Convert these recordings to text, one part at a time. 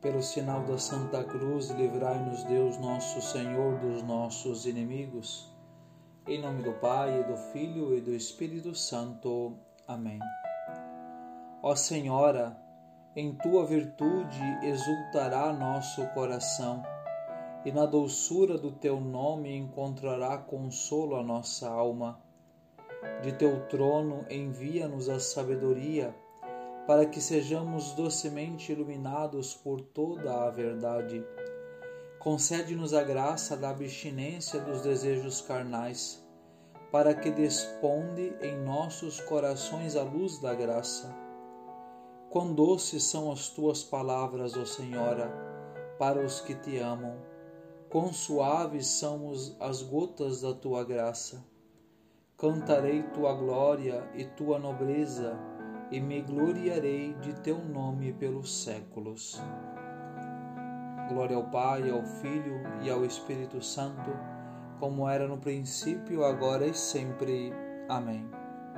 Pelo sinal da Santa Cruz, livrai-nos Deus nosso Senhor dos nossos inimigos. Em nome do Pai, e do Filho e do Espírito Santo. Amém. Ó Senhora, em Tua virtude exultará nosso coração, e na doçura do Teu nome encontrará consolo a nossa alma. De Teu trono envia-nos a sabedoria, para que sejamos docemente iluminados por toda a verdade. Concede-nos a graça da abstinência dos desejos carnais, para que desponde em nossos corações a luz da graça. Quão doces são as Tuas palavras, ó Senhora, para os que Te amam. Quão suaves são as gotas da Tua graça. Cantarei Tua glória e Tua nobreza, e me gloriarei de Teu nome pelos séculos. Glória ao Pai, ao Filho e ao Espírito Santo, como era no princípio, agora e sempre. Amém.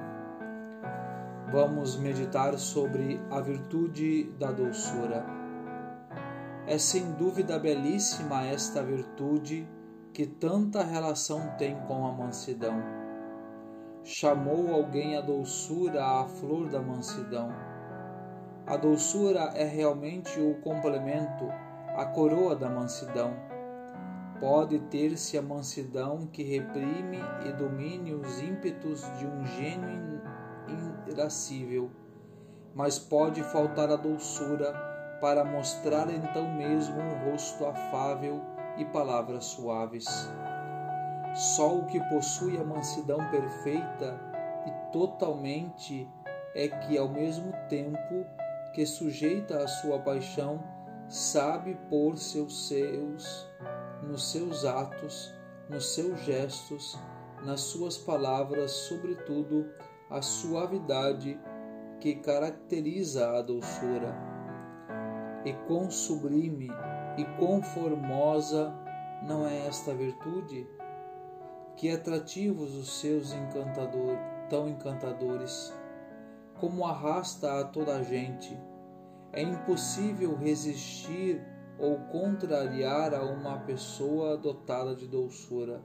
Vamos meditar sobre a virtude da doçura. É sem dúvida belíssima esta virtude que tanta relação tem com a mansidão. Chamou alguém a doçura à flor da mansidão. A doçura é realmente o complemento, a coroa da mansidão. Pode ter-se a mansidão que reprime e domine os ímpetos de um gênio irascível, mas pode faltar a doçura para mostrar então mesmo um rosto afável e palavras suaves. Só o que possui a mansidão perfeita e totalmente é que, ao mesmo tempo que sujeita a sua paixão, sabe pôr nos seus atos, nos seus gestos, nas suas palavras, sobretudo, a suavidade que caracteriza a doçura. E quão sublime e quão formosa não é esta virtude? Que atrativos os seus tão encantadores, como arrasta a toda a gente. É impossível resistir ou contrariar a uma pessoa dotada de doçura.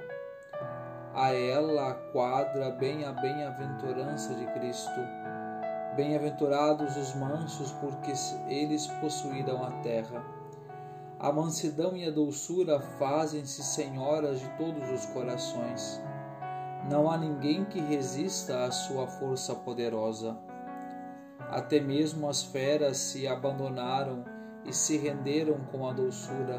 A ela quadra bem a bem-aventurança de Cristo. Bem-aventurados os mansos, porque eles possuirão a terra. A mansidão e a doçura fazem-se senhoras de todos os corações. Não há ninguém que resista à sua força poderosa. Até mesmo as feras se abandonaram e se renderam com a doçura.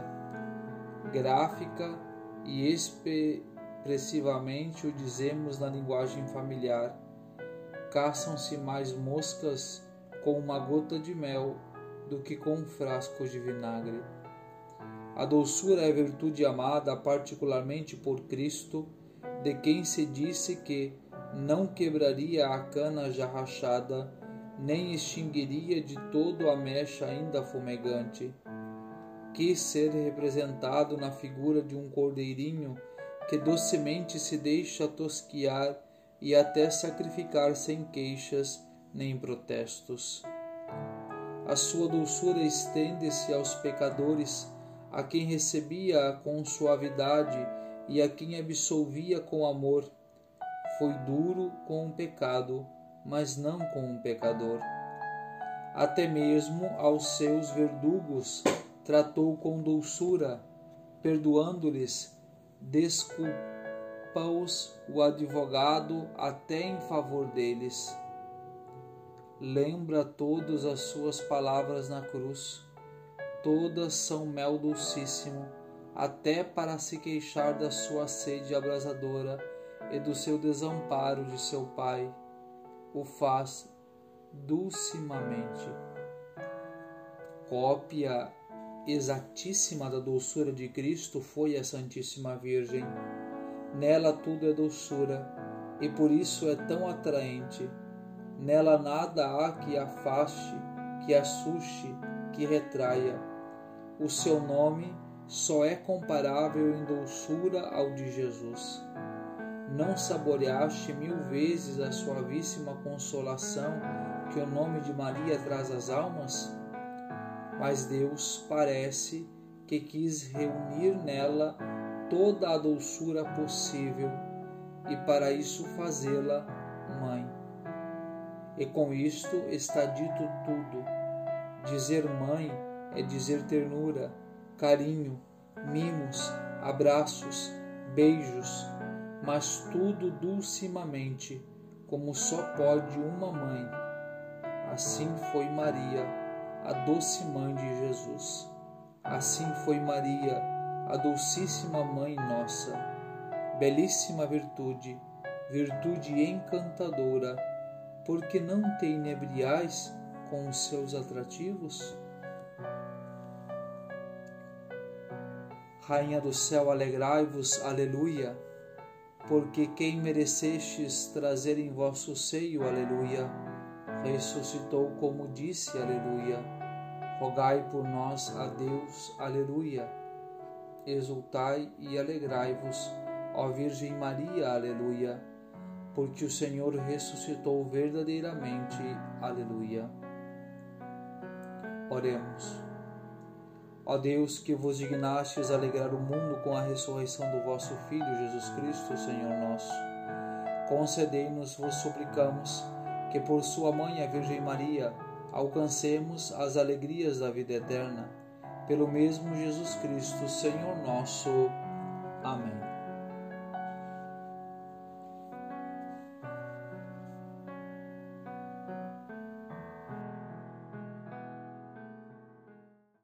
Gráfica e expressivamente o dizemos na linguagem familiar. Caçam-se mais moscas com uma gota de mel do que com um frasco de vinagre. A doçura é virtude amada particularmente por Cristo, de quem se disse que não quebraria a cana já rachada, nem extinguiria de todo a mecha ainda fumegante. Quis ser representado na figura de um cordeirinho que docemente se deixa tosquiar e até sacrificar sem queixas nem protestos. A sua doçura estende-se aos pecadores, a quem recebia com suavidade e a quem absolvia com amor. Foi duro com o pecado, mas não com o pecador. Até mesmo aos seus verdugos tratou com doçura, perdoando-lhes, desculpa-os o advogado até em favor deles. Lembra todas as suas palavras na cruz. Todas são mel dulcíssimo, até para se queixar da sua sede abrasadora e do seu desamparo de seu Pai. O faz dulcimamente. Cópia exatíssima da doçura de Cristo foi a Santíssima Virgem. Nela tudo é doçura, e por isso é tão atraente. Nela nada há que afaste, que assuste, que retraia. O seu nome só é comparável em doçura ao de Jesus. Não saboreaste 1000 vezes a suavíssima consolação que o nome de Maria traz às almas? mas Deus parece que quis reunir nela toda a doçura possível e para isso fazê-la mãe. E com isto está dito tudo. Dizer mãe é dizer ternura, carinho, mimos, abraços, beijos, mas tudo dulcimamente, como só pode uma mãe. Assim foi Maria, a doce mãe de Jesus. Assim foi Maria, a Dulcíssima Mãe nossa. Belíssima virtude, virtude encantadora, porque não te inebriais com os seus atrativos? Rainha do céu, alegrai-vos, aleluia, porque quem merecestes trazer em vosso seio, aleluia, ressuscitou como disse, aleluia. Rogai por nós a Deus, aleluia. Exultai e alegrai-vos, ó Virgem Maria, aleluia, porque o Senhor ressuscitou verdadeiramente, aleluia. Oremos. Ó Deus, que vos dignastes alegrar o mundo com a ressurreição do vosso Filho, Jesus Cristo, Senhor nosso, concedei-nos, vos suplicamos, que por sua mãe, a Virgem Maria, alcancemos as alegrias da vida eterna. Pelo mesmo Jesus Cristo, Senhor nosso. Amém.